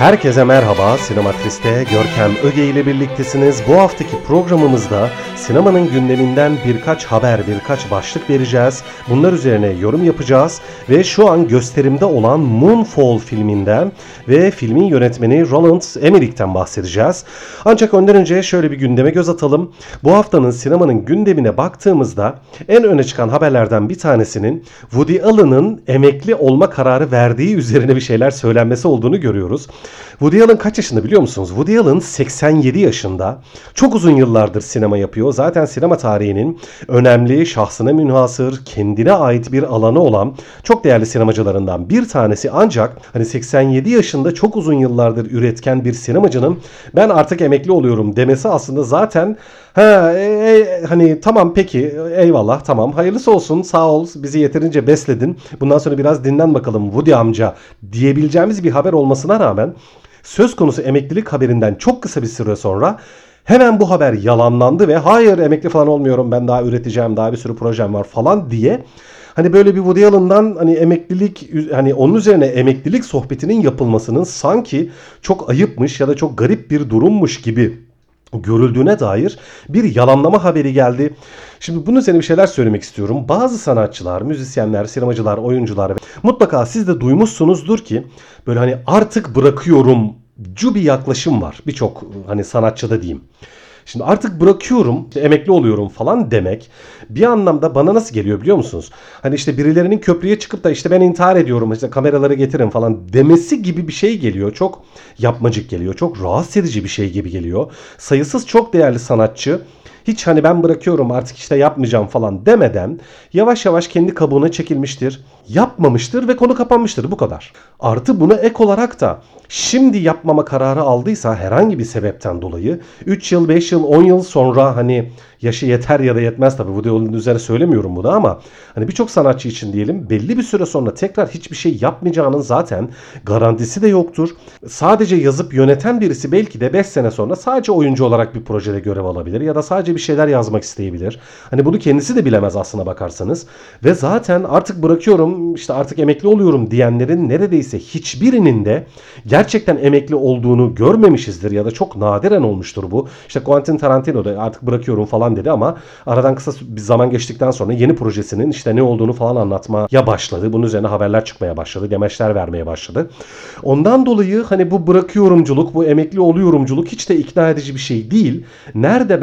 Herkese merhaba, Sinematris'te Görkem Öge ile birliktesiniz. Bu haftaki programımızda sinemanın gündeminden birkaç haber, birkaç başlık vereceğiz. Bunlar üzerine yorum yapacağız ve şu an gösterimde olan Moonfall filminden ve filmin yönetmeni Roland Emmerich'ten bahsedeceğiz. Ancak önden önce şöyle bir gündeme göz atalım. Bu haftanın sinemanın gündemine baktığımızda en öne çıkan haberlerden bir tanesinin Woody Allen'ın emekli olma kararı verdiği üzerine bir şeyler söylenmesi olduğunu görüyoruz. Woody Allen kaç yaşında biliyor musunuz? Woody Allen 87 yaşında. Çok uzun yıllardır sinema yapıyor. Zaten sinema tarihinin önemli, şahsına münhasır, kendine ait bir alanı olan çok değerli sinemacılarından bir tanesi. Ancak hani 87 yaşında çok uzun yıllardır üretken bir sinemacının ben artık emekli oluyorum demesi aslında zaten hani tamam peki eyvallah tamam hayırlısı olsun sağ ol bizi yeterince besledin. Bundan sonra biraz dinlen bakalım Woody amca diyebileceğimiz bir haber olmasına rağmen söz konusu emeklilik haberinden çok kısa bir süre sonra hemen bu haber yalanlandı ve hayır emekli falan olmuyorum ben daha üreteceğim daha bir sürü projem var falan diye hani böyle bir Woody Allen'dan hani emeklilik hani onun üzerine emeklilik sohbetinin yapılmasının sanki çok ayıpmış ya da çok garip bir durummuş gibi görüldüğüne dair bir yalanlama haberi geldi. Şimdi bunun üzerine bir şeyler söylemek istiyorum. Bazı sanatçılar, müzisyenler, sinemacılar, oyuncular mutlaka siz de duymuşsunuzdur ki böyle hani artık bırakıyorum cu bir yaklaşım var birçok hani sanatçıda diyeyim. Şimdi artık bırakıyorum, emekli oluyorum falan demek bir anlamda bana nasıl geliyor biliyor musunuz? Hani işte birilerinin köprüye çıkıp da işte ben intihar ediyorum işte kameraları getirin falan demesi gibi bir şey geliyor. Çok yapmacık geliyor, çok rahatsız edici bir şey gibi geliyor. Sayısız çok değerli sanatçı hiç hani ben bırakıyorum artık işte yapmayacağım falan demeden yavaş yavaş kendi kabuğuna çekilmiştir. Yapmamıştır ve konu kapanmıştır bu kadar. Artı buna ek olarak da şimdi yapmama kararı aldıysa herhangi bir sebepten dolayı 3 yıl, 5 yıl, 10 yıl sonra hani yaşı yeter ya da yetmez tabii Woody Allen'ın üzerine söylemiyorum bunu ama hani birçok sanatçı için diyelim belli bir süre sonra tekrar hiçbir şey yapmayacağının zaten garantisi de yoktur. Sadece yazıp yöneten birisi belki de 5 sene sonra sadece oyuncu olarak bir projede görev alabilir ya da sadece bir şeyler yazmak isteyebilir. Hani bunu kendisi de bilemez aslına bakarsanız ve zaten artık bırakıyorum işte artık emekli oluyorum diyenlerin neredeyse hiçbirinin de gerçekten emekli olduğunu görmemişizdir ya da çok nadiren olmuştur bu. İşte Quentin Tarantino da artık bırakıyorum falan dedi ama aradan kısa bir zaman geçtikten sonra yeni projesinin işte ne olduğunu falan anlatmaya başladı. Bunun üzerine haberler çıkmaya başladı, demeçler vermeye başladı. Ondan dolayı hani bu bırakıyorumculuk, bu emekli oluyorumculuk hiç de ikna edici bir şey değil. Nerede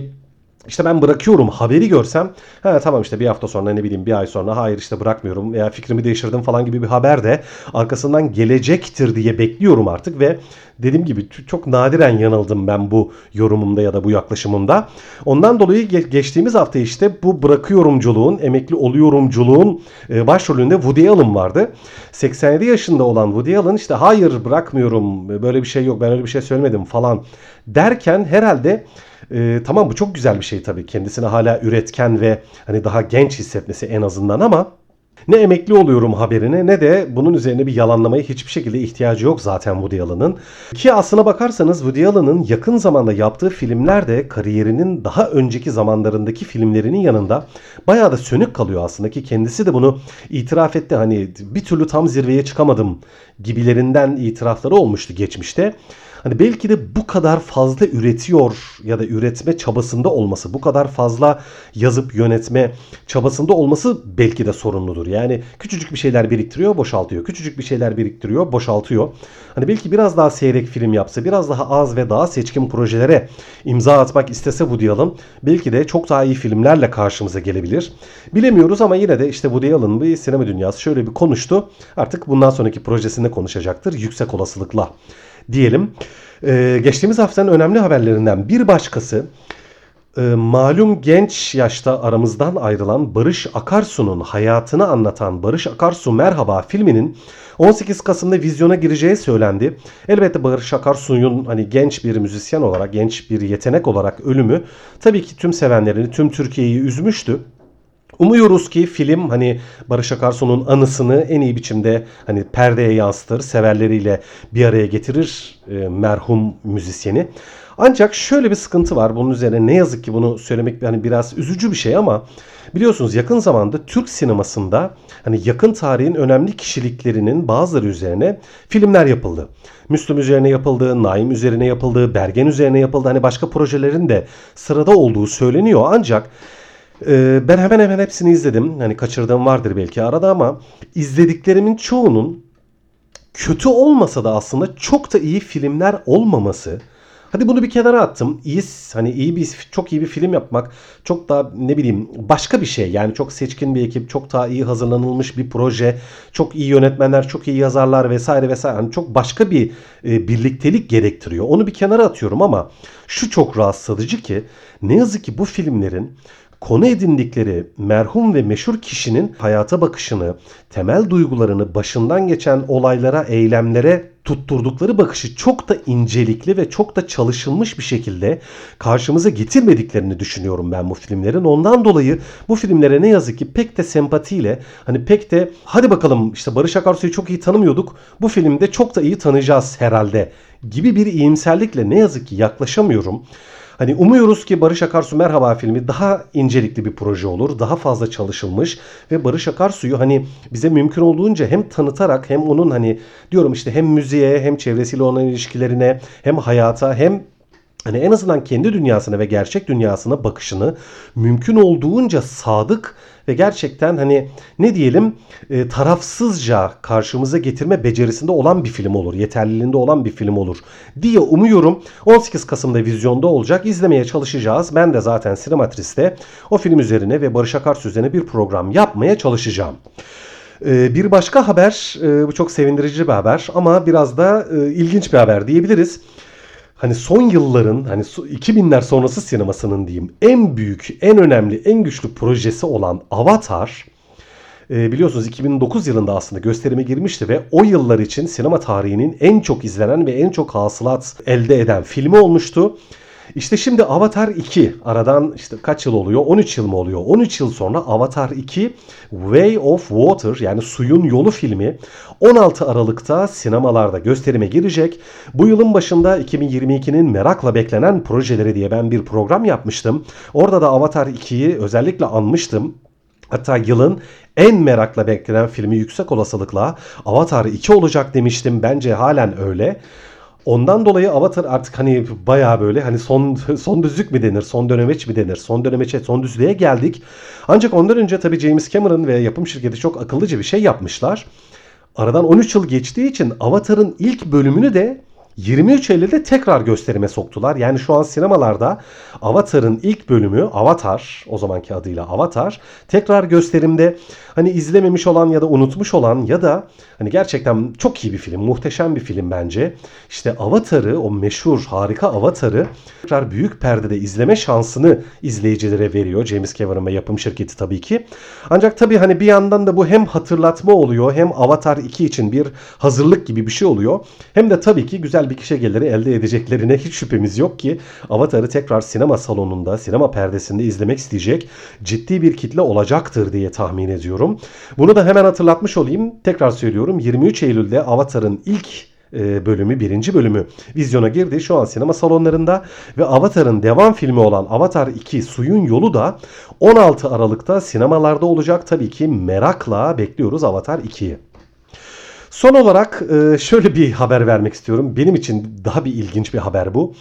İşte ben bırakıyorum haberi görsem tamam işte bir hafta sonra ne bileyim bir ay sonra hayır işte bırakmıyorum veya fikrimi değiştirdim falan gibi bir haber de arkasından gelecektir diye bekliyorum artık ve dediğim gibi çok nadiren yanıldım ben bu yorumumda ya da bu yaklaşımımda. Ondan dolayı geçtiğimiz hafta işte bu bırakıyorumculuğun, emekli oluyorumculuğun başrolünde Woody Allen vardı. 87 yaşında olan Woody Allen işte hayır bırakmıyorum böyle bir şey yok ben öyle bir şey söylemedim falan derken herhalde tamam bu çok güzel bir şey tabii. Kendisini hala üretken ve hani daha genç hissetmesi en azından ama ne emekli oluyorum haberine ne de bunun üzerine bir yalanlamaya hiçbir şekilde ihtiyacı yok zaten Woody Allen'ın. Ki aslına bakarsanız Woody Allen'ın yakın zamanda yaptığı filmler de kariyerinin daha önceki zamanlarındaki filmlerinin yanında bayağı da sönük kalıyor aslında ki kendisi de bunu itiraf etti. Hani bir türlü tam zirveye çıkamadım gibilerinden itirafları olmuştu geçmişte. Hani belki de bu kadar fazla üretiyor ya da üretme çabasında olması, bu kadar fazla yazıp yönetme çabasında olması belki de sorunludur. Yani küçücük bir şeyler biriktiriyor, boşaltıyor. Küçücük bir şeyler biriktiriyor, boşaltıyor. Hani belki biraz daha seyrek film yapsa, biraz daha az ve daha seçkin projelere imza atmak istese Woody Allen belki de çok daha iyi filmlerle karşımıza gelebilir. Bilemiyoruz ama yine de işte Woody Allen bir sinema dünyası şöyle bir konuştu. Artık bundan sonraki projesinde konuşacaktır yüksek olasılıkla diyelim. Geçtiğimiz haftanın önemli haberlerinden bir başkası malum genç yaşta aramızdan ayrılan Barış Akarsu'nun hayatını anlatan Barış Akarsu Merhaba filminin 18 Kasım'da vizyona gireceği söylendi. Elbette Barış Akarsu'nun hani genç bir müzisyen olarak, genç bir yetenek olarak ölümü tabii ki tüm sevenlerini, tüm Türkiye'yi üzmüştü. Umuyoruz ki film hani Barış Akarsu'nun anısını en iyi biçimde hani perdeye yansıtır, severleriyle bir araya getirir merhum müzisyeni. Ancak şöyle bir sıkıntı var. Bunun üzerine ne yazık ki bunu söylemek hani biraz üzücü bir şey ama biliyorsunuz yakın zamanda Türk sinemasında hani yakın tarihin önemli kişiliklerinin bazıları üzerine filmler yapıldı. Müslüm üzerine yapıldı, Naim üzerine yapıldı, Bergen üzerine yapıldı. Hani başka projelerin de sırada olduğu söyleniyor. Ancak ben hemen hemen hepsini izledim. Hani kaçırdığım vardır belki arada ama izlediklerimin çoğunun kötü olmasa da aslında çok da iyi filmler olmaması. Hadi bunu bir kenara attım. Çok iyi bir film yapmak çok daha ne bileyim başka bir şey. Yani çok seçkin bir ekip, çok daha iyi hazırlanılmış bir proje, çok iyi yönetmenler, çok iyi yazarlar vesaire vesaire. Hani çok başka bir birliktelik gerektiriyor. Onu bir kenara atıyorum ama şu çok rahatsız edici ki ne yazık ki bu filmlerin konu edindikleri merhum ve meşhur kişinin hayata bakışını, temel duygularını, başından geçen olaylara, eylemlere tutturdukları bakışı çok da incelikli ve çok da çalışılmış bir şekilde karşımıza getirmediklerini düşünüyorum ben bu filmlerin. Ondan dolayı bu filmlere ne yazık ki pek de sempatiyle hani pek de hadi bakalım işte Barış Akarsu'yu çok iyi tanımıyorduk. Bu filmde çok da iyi tanıyacağız herhalde gibi bir iyimserlikle ne yazık ki yaklaşamıyorum. Hani umuyoruz ki Barış Akarsu Merhaba filmi daha incelikli bir proje olur. Daha fazla çalışılmış ve Barış Akarsu'yu hani bize mümkün olduğunca hem tanıtarak hem onun hani diyorum işte hem müziğe hem çevresiyle olan ilişkilerine hem hayata hem hani en azından kendi dünyasına ve gerçek dünyasına bakışını mümkün olduğunca sadık ve gerçekten hani ne diyelim tarafsızca karşımıza getirme becerisinde olan bir film olur. Yeterliliğinde olan bir film olur diye umuyorum. 18 Kasım'da vizyonda olacak. İzlemeye çalışacağız. Ben de zaten Sinematris'te o film üzerine ve Barış Akarsu üzerine bir program yapmaya çalışacağım. Bir başka haber, bu çok sevindirici bir haber ama biraz da ilginç bir haber diyebiliriz. Hani son yılların hani 2000'ler sonrası sinemasının diyeyim en büyük, en önemli, en güçlü projesi olan Avatar biliyorsunuz 2009 yılında aslında gösterime girmişti ve o yıllar için sinema tarihinin en çok izlenen ve en çok hasılat elde eden filmi olmuştu. İşte şimdi Avatar 2 aradan işte kaç yıl oluyor? 13 yıl mı oluyor? 13 yıl sonra Avatar 2 Way of Water yani Suyun Yolu filmi 16 Aralık'ta sinemalarda gösterime girecek. Bu yılın başında 2022'nin merakla beklenen projeleri diye ben bir program yapmıştım. Orada da Avatar 2'yi özellikle anmıştım. Hatta yılın en merakla beklenen filmi yüksek olasılıkla Avatar 2 olacak demiştim. Bence halen öyle. Ondan dolayı Avatar artık hani bayağı böyle hani son düzlük mi denir, son dönemeç mi denir, son dönemeçe, son düzlüğe geldik. Ancak ondan önce tabii James Cameron ve yapım şirketi çok akıllıca bir şey yapmışlar. Aradan 13 yıl geçtiği için Avatar'ın ilk bölümünü de 23 Eylül'de tekrar gösterime soktular. Yani şu an sinemalarda Avatar'ın ilk bölümü Avatar, o zamanki adıyla Avatar, tekrar gösterimde. Hani izlememiş olan ya da unutmuş olan ya da hani gerçekten çok iyi bir film, muhteşem bir film bence. İşte Avatar'ı, o meşhur harika Avatar'ı tekrar büyük perdede izleme şansını izleyicilere veriyor. James Cameron ve yapım şirketi tabii ki. Ancak tabii hani bir yandan da bu hem hatırlatma oluyor hem Avatar 2 için bir hazırlık gibi bir şey oluyor. Hem de tabii ki güzel bir kişi geliri elde edeceklerine hiç şüphemiz yok ki Avatar'ı tekrar sinema salonunda, sinema perdesinde izlemek isteyecek ciddi bir kitle olacaktır diye tahmin ediyorum. Bunu da hemen hatırlatmış olayım. Tekrar söylüyorum 23 Eylül'de Avatar'ın ilk bölümü, birinci bölümü vizyona girdi. Şu an sinema salonlarında ve Avatar'ın devam filmi olan Avatar 2 Suyun Yolu da 16 Aralık'ta sinemalarda olacak. Tabii ki merakla bekliyoruz Avatar 2'yi. Son olarak şöyle bir haber vermek istiyorum. Benim için daha bir ilginç bir haber bu.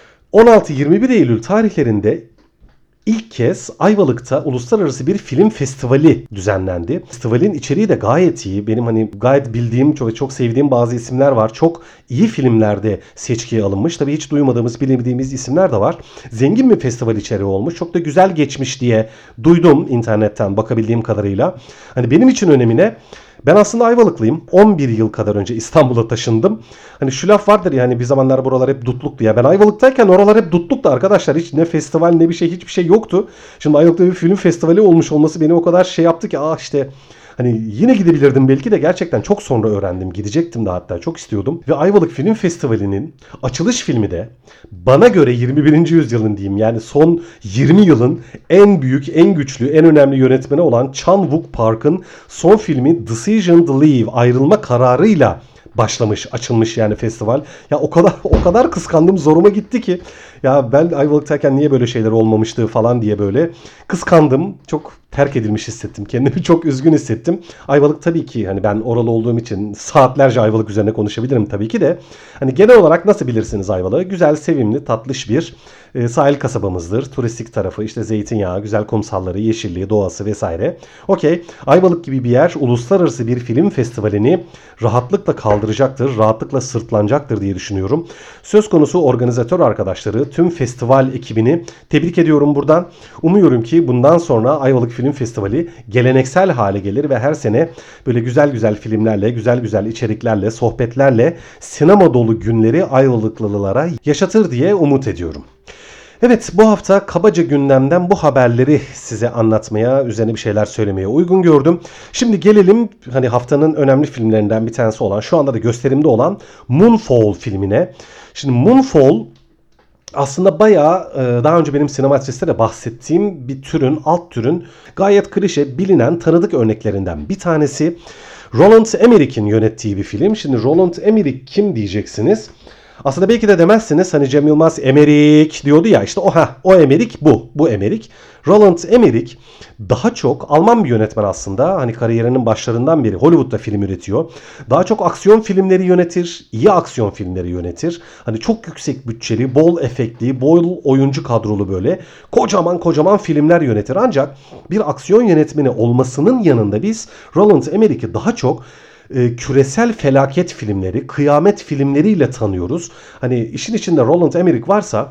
16-21 Eylül tarihlerinde İlk kez Ayvalık'ta uluslararası bir film festivali düzenlendi. Festivalin içeriği de gayet iyi. Benim hani gayet bildiğim ve çok sevdiğim bazı isimler var. Çok iyi filmlerde seçkiye alınmış. Tabii hiç duymadığımız, bilmediğimiz isimler de var. Zengin bir festival içeriği olmuş. Çok da güzel geçmiş diye duydum internetten bakabildiğim kadarıyla. Hani benim için önemine ben aslında Ayvalıklıyım. 11 yıl kadar önce İstanbul'a taşındım. Hani şu laf vardır ya hani bir zamanlar buralar hep dutluktu ya. Ben Ayvalık'tayken oralar hep dutluktu arkadaşlar. Hiç ne festival ne bir şey hiçbir şey yoktu. Şimdi Ayvalık'ta bir film festivali olmuş olması beni o kadar şey yaptı ki işte Hani yine gidebilirdim belki de, gerçekten çok sonra öğrendim. Gidecektim de, hatta çok istiyordum. Ve Ayvalık Film Festivali'nin açılış filmi de bana göre 21. yüzyılın diyeyim, yani son 20 yılın en büyük, en güçlü, en önemli yönetmeni olan Chan Wook Park'ın son filmi Decision to Leave, ayrılma kararıyla başlamış, açılmış yani festival. Ya o kadar kıskandım, zoruma gitti ki. Ya ben Ayvalık'tayken niye böyle şeyler olmamıştı falan diye böyle kıskandım. Çok terk edilmiş hissettim. Kendimi çok üzgün hissettim. Ayvalık tabii ki, hani ben oralı olduğum için saatlerce Ayvalık üzerine konuşabilirim tabii ki de. Hani genel olarak nasıl bilirsiniz Ayvalık'ı? Güzel, sevimli, tatlış bir sahil kasabamızdır. Turistik tarafı işte zeytinyağı, güzel kumsalları, yeşilliği, doğası vesaire. Okey. Ayvalık gibi bir yer uluslararası bir film festivalini rahatlıkla kaldıracaktır, rahatlıkla sırtlanacaktır diye düşünüyorum. Söz konusu organizatör arkadaşları, tüm festival ekibini tebrik ediyorum buradan. Umuyorum ki bundan sonra Ayvalık Film Festivali geleneksel hale gelir ve her sene böyle güzel güzel filmlerle, güzel güzel içeriklerle, sohbetlerle sinema dolu günleri Ayvalıklılara yaşatır diye umut ediyorum. Evet, bu hafta kabaca gündemden bu haberleri size anlatmaya, üzerine bir şeyler söylemeye uygun gördüm. Şimdi gelelim hani haftanın önemli filmlerinden bir tanesi olan, şu anda da gösterimde olan Moonfall filmine. Şimdi Moonfall aslında bayağı daha önce benim Sinematris'te de bahsettiğim bir türün, alt türün gayet klişe, bilinen, tanıdık örneklerinden bir tanesi. Roland Emmerich'in yönettiği bir film. Şimdi Roland Emmerich kim diyeceksiniz? Aslında belki de demezsiniz, hani Cem Yılmaz Emmerich diyordu ya, işte o Emmerich bu Emmerich. Roland Emmerich daha çok Alman bir yönetmen aslında. Hani kariyerinin başlarından beri Hollywood'da film üretiyor. Daha çok aksiyon filmleri yönetir, iyi aksiyon filmleri yönetir. Hani çok yüksek bütçeli, bol efektli, bol oyuncu kadrolu böyle kocaman kocaman filmler yönetir. Ancak bir aksiyon yönetmeni olmasının yanında biz Roland Emmerich'i daha çok küresel felaket filmleri, kıyamet filmleriyle tanıyoruz. Hani işin içinde Roland Emmerich varsa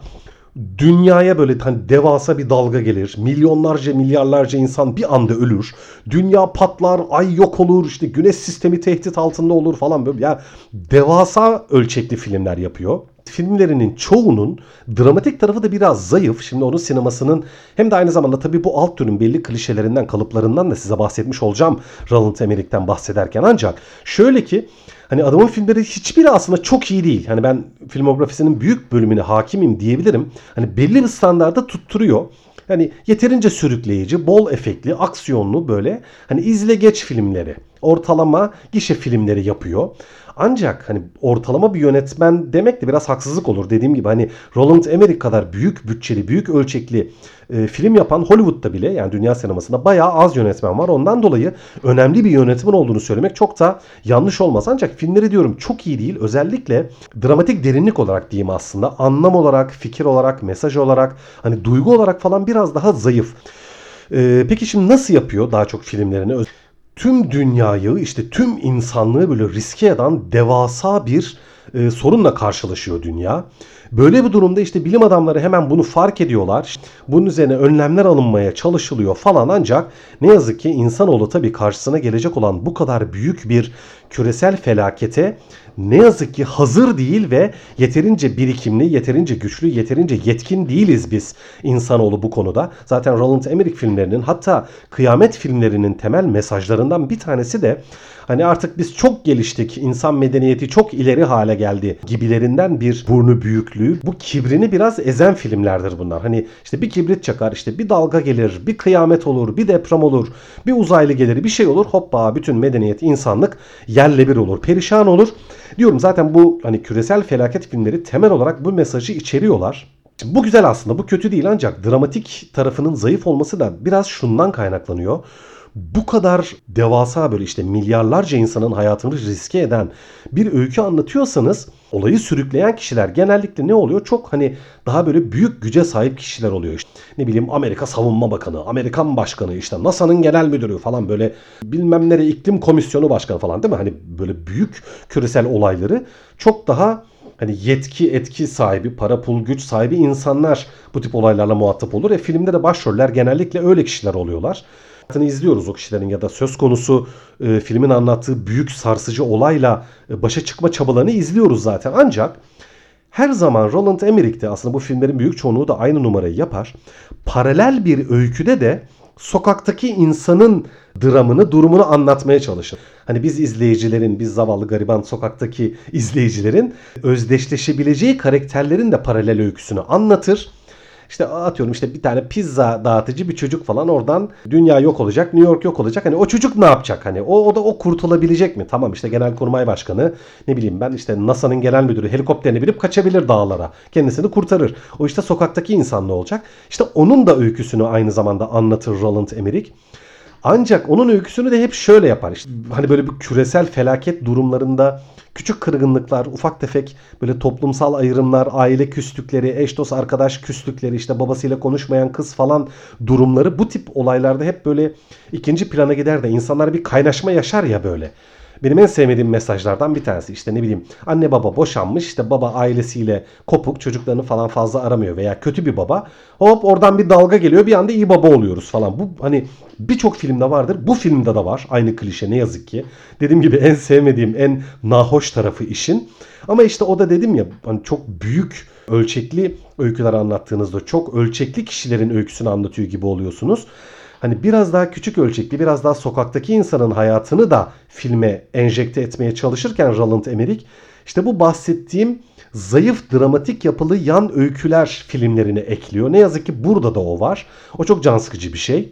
dünyaya böyle hani devasa bir dalga gelir. Milyonlarca, milyarlarca insan bir anda ölür. Dünya patlar, ay yok olur, işte güneş sistemi tehdit altında olur falan böyle. Ya devasa ölçekli filmler yapıyor. Filmlerinin çoğunun dramatik tarafı da biraz zayıf. Şimdi onun sinemasının hem de aynı zamanda tabii bu alt türün belli klişelerinden, kalıplarından da size bahsetmiş olacağım Roland Emmerich'ten bahsederken. Ancak şöyle ki hani adamın filmleri hiçbiri aslında çok iyi değil. Hani ben filmografisinin büyük bölümüne hakimim diyebilirim. Hani belli bir standarda tutturuyor. Hani yeterince sürükleyici, bol efektli, aksiyonlu böyle hani izle geç filmleri, ortalama gişe filmleri yapıyor. Ancak hani ortalama bir yönetmen demek de biraz haksızlık olur. Dediğim gibi hani Roland Emmerich kadar büyük bütçeli, büyük ölçekli film yapan Hollywood'da bile, yani dünya sinemasında bayağı az yönetmen var. Ondan dolayı önemli bir yönetmen olduğunu söylemek çok da yanlış olmaz. Ancak filmleri diyorum çok iyi değil. Özellikle dramatik derinlik olarak diyeyim aslında. Anlam olarak, fikir olarak, mesaj olarak, hani duygu olarak falan biraz daha zayıf. Peki şimdi nasıl yapıyor daha çok filmlerini? Tüm dünyayı, işte tüm insanlığı böyle riske eden devasa bir sorunla karşılaşıyor dünya. Böyle bir durumda işte bilim adamları hemen bunu fark ediyorlar. Bunun üzerine önlemler alınmaya çalışılıyor falan, ancak ne yazık ki insanoğlu tabii karşısına gelecek olan bu kadar büyük bir küresel felakete ne yazık ki hazır değil ve yeterince birikimli, yeterince güçlü, yeterince yetkin değiliz biz insanoğlu bu konuda. Zaten Roland Emmerich filmlerinin, hatta kıyamet filmlerinin temel mesajlarından bir tanesi de hani artık biz çok geliştik, insan medeniyeti çok ileri hale geldi gibilerinden bir burnu büyüklüğü. Bu kibrini biraz ezen filmlerdir bunlar. Hani işte bir kibrit çakar, işte bir dalga gelir, bir kıyamet olur, bir deprem olur, bir uzaylı gelir, bir şey olur, hoppa bütün medeniyet, insanlık yerle bir olur, perişan olur. Diyorum zaten bu hani küresel felaket filmleri temel olarak bu mesajı içeriyorlar. Bu güzel aslında, bu kötü değil, ancak dramatik tarafının zayıf olması da biraz şundan kaynaklanıyor. Bu kadar devasa böyle işte milyarlarca insanın hayatını riske eden bir öykü anlatıyorsanız olayı sürükleyen kişiler genellikle ne oluyor? Çok hani daha böyle büyük güce sahip kişiler oluyor. İşte ne bileyim Amerika Savunma Bakanı, Amerikan Başkanı, işte NASA'nın genel müdürü falan, böyle bilmem nere iklim komisyonu başkanı falan, değil mi? Hani böyle büyük küresel olayları çok daha hani yetki, etki sahibi, para, pul, güç sahibi insanlar bu tip olaylarla muhatap olur. Filmde de başroller genellikle öyle kişiler oluyorlar. İzliyoruz o kişilerin ya da söz konusu filmin anlattığı büyük sarsıcı olayla başa çıkma çabalarını izliyoruz zaten. Ancak her zaman Roland Emmerich'te, aslında bu filmlerin büyük çoğunluğu da aynı numarayı yapar. Paralel bir öyküde de sokaktaki insanın dramını, durumunu anlatmaya çalışır. Hani biz izleyicilerin, biz zavallı gariban sokaktaki izleyicilerin özdeşleşebileceği karakterlerin de paralel öyküsünü anlatır. İşte atıyorum işte bir tane pizza dağıtıcı bir çocuk falan, oradan dünya yok olacak, New York yok olacak. Hani o çocuk ne yapacak? Hani o kurtulabilecek mi? Tamam, işte Genelkurmay Başkanı, ne bileyim ben, işte NASA'nın genel müdürü helikopterini binip kaçabilir dağlara. Kendisini kurtarır. O işte sokaktaki insan ne olacak? İşte onun da öyküsünü aynı zamanda anlatır Roland Emmerich. Ancak onun öyküsünü de hep şöyle yapar. İşte hani böyle bir küresel felaket durumlarında küçük kırgınlıklar, ufak tefek böyle toplumsal ayrımlar, aile küslükleri, eş dost arkadaş küslükleri, işte babasıyla konuşmayan kız falan durumları, bu tip olaylarda hep böyle ikinci plana gider de insanlar bir kaynaşma yaşar ya böyle. Benim en sevmediğim mesajlardan bir tanesi, işte ne bileyim, anne baba boşanmış, işte baba ailesiyle kopuk, çocuklarını falan fazla aramıyor veya kötü bir baba. Hop oradan bir dalga geliyor, bir anda iyi baba oluyoruz falan. Bu hani birçok filmde vardır. Bu filmde de var aynı klişe, ne yazık ki. Dediğim gibi en sevmediğim, en nahoş tarafı işin. Ama işte o da dedim ya, hani çok büyük ölçekli öyküler anlattığınızda çok ölçekli kişilerin öyküsünü anlatıyor gibi oluyorsunuz. Hani biraz daha küçük ölçekli, biraz daha sokaktaki insanın hayatını da filme enjekte etmeye çalışırken Roland Emmerich, işte bu bahsettiğim zayıf dramatik yapılı yan öyküler filmlerine ekliyor. Ne yazık ki burada da o var. O çok can sıkıcı bir şey.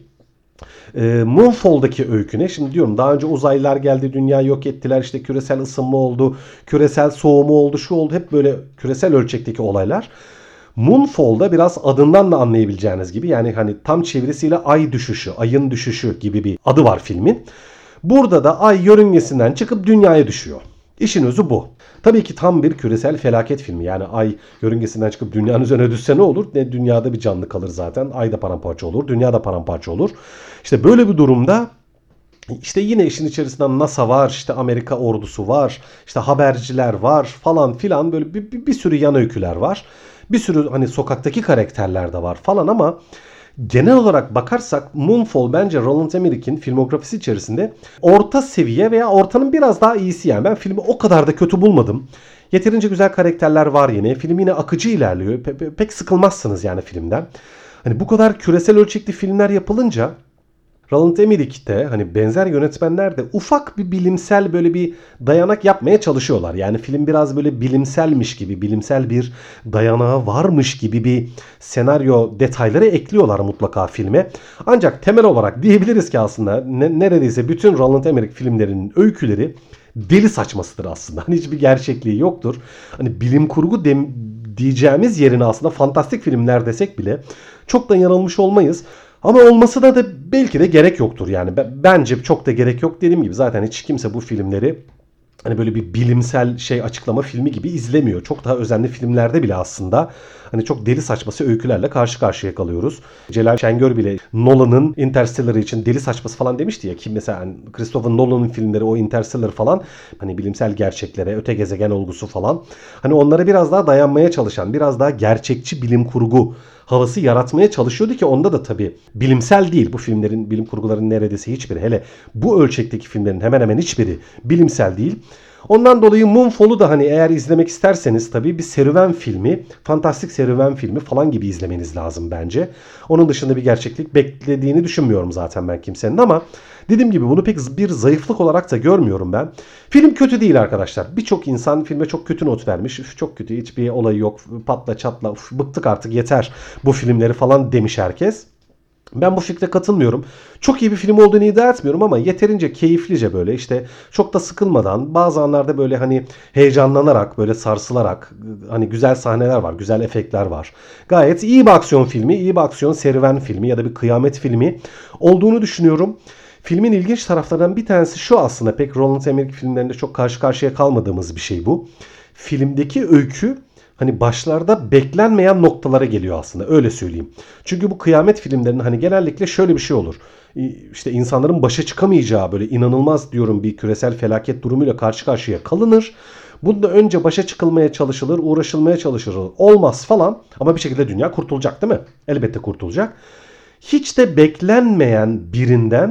Moonfall'daki öyküne, şimdi diyorum daha önce uzaylılar geldi, dünya yok ettiler, işte küresel ısınma oldu, küresel soğuma oldu, şu oldu, hep böyle küresel ölçekteki olaylar. Moonfall'da biraz adından da anlayabileceğiniz gibi, yani hani tam çevirisiyle ay düşüşü, ayın düşüşü gibi bir adı var filmin. Burada da ay yörüngesinden çıkıp dünyaya düşüyor. İşin özü bu. Tabii ki tam bir küresel felaket filmi. Yani ay yörüngesinden çıkıp dünyanın üzerine düşse ne olur? Ne dünyada bir canlı kalır zaten. Ay da paramparça olur, dünya da paramparça olur. İşte böyle bir durumda İşte yine işin içerisinde NASA var, işte Amerika ordusu var, işte haberciler var falan filan, böyle bir sürü yan öyküler var. Bir sürü hani sokaktaki karakterler de var falan, ama genel olarak bakarsak Moonfall bence Roland Emmerich'in filmografisi içerisinde orta seviye veya ortanın biraz daha iyisi yani. Ben filmi o kadar da kötü bulmadım. Yeterince güzel karakterler var yine. Film yine akıcı ilerliyor. Pek sıkılmazsınız yani filmden. Hani bu kadar küresel ölçekli filmler yapılınca Roland Emmerich'te hani benzer yönetmenler de ufak bir bilimsel böyle bir dayanak yapmaya çalışıyorlar. Yani film biraz böyle bilimselmiş gibi, bilimsel bir dayanağı varmış gibi bir senaryo detayları ekliyorlar mutlaka filme. Ancak temel olarak diyebiliriz ki aslında neredeyse bütün Roland Emmerich filmlerinin öyküleri deli saçmasıdır aslında. Hani hiçbir gerçekliği yoktur. Hani bilim kurgu diyeceğimiz yerine aslında fantastik filmler desek bile çok da yanılmış olmayız. Ama olması da belki de gerek yoktur yani. Bence çok da gerek yok, dediğim gibi. Zaten hiç kimse bu filmleri hani böyle bir bilimsel şey açıklama filmi gibi izlemiyor. Çok daha özenli filmlerde bile aslında hani çok deli saçması öykülerle karşı karşıya kalıyoruz. Celal Şengör bile Nolan'ın Interstellar için deli saçması falan demişti ya. Ki mesela hani Christopher Nolan'ın filmleri, o Interstellar falan, hani bilimsel gerçekleri, öte gezegen olgusu falan, hani onlara biraz daha dayanmaya çalışan, biraz daha gerçekçi bilim kurgu havası yaratmaya çalışıyordu ki onda da tabii bilimsel değil. Bu filmlerin, bilim kurguların neredeyse hiçbiri, hele bu ölçekteki filmlerin hemen hemen hiçbiri bilimsel değil. Ondan dolayı Moonfall'u da hani eğer izlemek isterseniz tabii bir serüven filmi, fantastik serüven filmi falan gibi izlemeniz lazım bence. Onun dışında bir gerçeklik beklediğini düşünmüyorum zaten ben kimsenin, ama dediğim gibi bunu pek bir zayıflık olarak da görmüyorum ben. Film kötü değil arkadaşlar. Birçok insan filme çok kötü not vermiş. Üf, çok kötü, hiçbir olayı yok, patla çatla, uf, bıktık artık yeter bu filmleri falan demiş herkes. Ben bu fikre katılmıyorum. Çok iyi bir film olduğunu iddia etmiyorum, ama yeterince keyiflice, böyle işte çok da sıkılmadan, bazı anlarda böyle hani heyecanlanarak, böyle sarsılarak, hani güzel sahneler var, güzel efektler var. Gayet iyi bir aksiyon filmi, iyi bir aksiyon serüven filmi ya da bir kıyamet filmi olduğunu düşünüyorum. Filmin ilginç taraflarından bir tanesi şu aslında, pek Roland Emmerich filmlerinde çok karşı karşıya kalmadığımız bir şey bu. Filmdeki öykü hani başlarda beklenmeyen noktalara geliyor aslında, öyle söyleyeyim. Çünkü bu kıyamet filmlerinin hani genellikle şöyle bir şey olur. İşte insanların başa çıkamayacağı böyle inanılmaz diyorum bir küresel felaket durumuyla karşı karşıya kalınır. Bunda önce başa çıkılmaya çalışılır, uğraşılmaya çalışılır. Olmaz falan, ama bir şekilde dünya kurtulacak değil mi? Elbette kurtulacak. Hiç de beklenmeyen birinden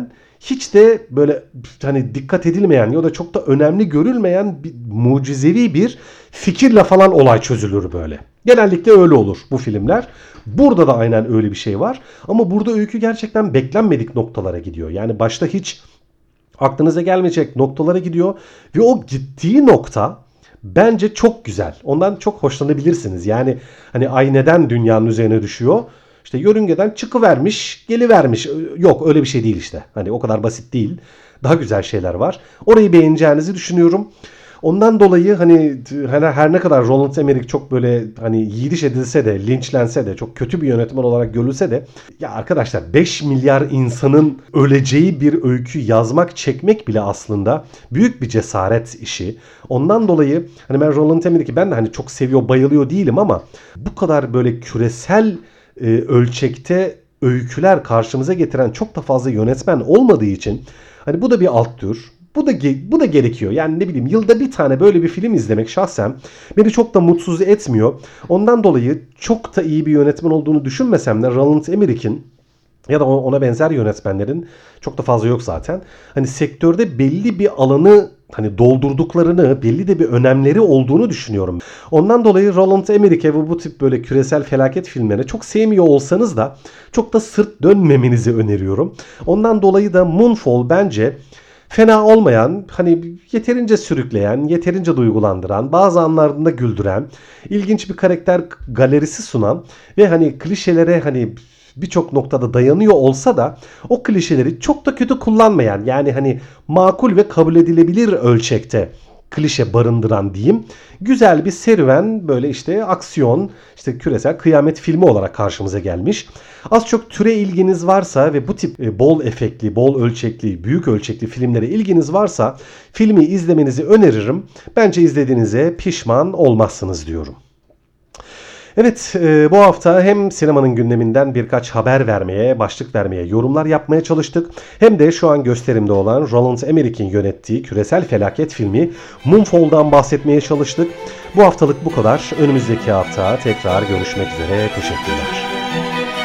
hiç de böyle hani dikkat edilmeyen ya da çok da önemli görülmeyen bir mucizevi bir fikirle falan olay çözülür böyle. Genellikle öyle olur bu filmler. Burada da aynen öyle bir şey var. Ama burada öykü gerçekten beklenmedik noktalara gidiyor. Yani başta hiç aklınıza gelmeyecek noktalara gidiyor. Ve o gittiği nokta bence çok güzel. Ondan çok hoşlanabilirsiniz. Yani hani ay neden dünyanın üzerine düşüyor? İşte yörüngeden çıkıvermiş, gelivermiş. Yok öyle bir şey değil işte. Hani o kadar basit değil. Daha güzel şeyler var. Orayı beğeneceğinizi düşünüyorum. Ondan dolayı hani her ne kadar Roland Emmerich çok böyle hani yiğidiş edilse de, linçlense de, çok kötü bir yönetmen olarak görülse de ya arkadaşlar 5 milyar insanın öleceği bir öykü yazmak, çekmek bile aslında büyük bir cesaret işi. Ondan dolayı hani ben Roland Emmerich'i ben de hani çok seviyor, bayılıyor değilim ama bu kadar böyle küresel ölçekte öyküler karşımıza getiren çok da fazla yönetmen olmadığı için hani bu da bir alt tür. Bu da gerekiyor. Yani ne bileyim yılda bir tane böyle bir film izlemek şahsen beni çok da mutsuz etmiyor. Ondan dolayı çok da iyi bir yönetmen olduğunu düşünmesem de Roland Emmerich'in ya da ona benzer yönetmenlerin çok da fazla yok zaten. Hani sektörde belli bir alanı hani doldurduklarını, belli de bir önemleri olduğunu düşünüyorum. Ondan dolayı Roland Emmerich'e ve bu tip böyle küresel felaket filmlerine çok sevmiyor olsanız da çok da sırt dönmemenizi öneriyorum. Ondan dolayı da Moonfall bence fena olmayan, hani yeterince sürükleyen, yeterince duygulandıran, bazı anlarında güldüren, ilginç bir karakter galerisi sunan ve hani klişelere hani birçok noktada dayanıyor olsa da o klişeleri çok da kötü kullanmayan, yani hani makul ve kabul edilebilir ölçekte klişe barındıran diyeyim. Güzel bir serüven, böyle işte aksiyon, işte küresel kıyamet filmi olarak karşımıza gelmiş. Az çok türe ilginiz varsa ve bu tip bol efektli, bol ölçekli, büyük ölçekli filmlere ilginiz varsa filmi izlemenizi öneririm. Bence izlediğinize pişman olmazsınız diyorum. Evet, bu hafta hem sinemanın gündeminden birkaç haber vermeye, başlık vermeye, yorumlar yapmaya çalıştık. Hem de şu an gösterimde olan Roland Emmerich'in yönettiği küresel felaket filmi Moonfall'dan bahsetmeye çalıştık. Bu haftalık bu kadar. Önümüzdeki hafta tekrar görüşmek üzere. Teşekkürler.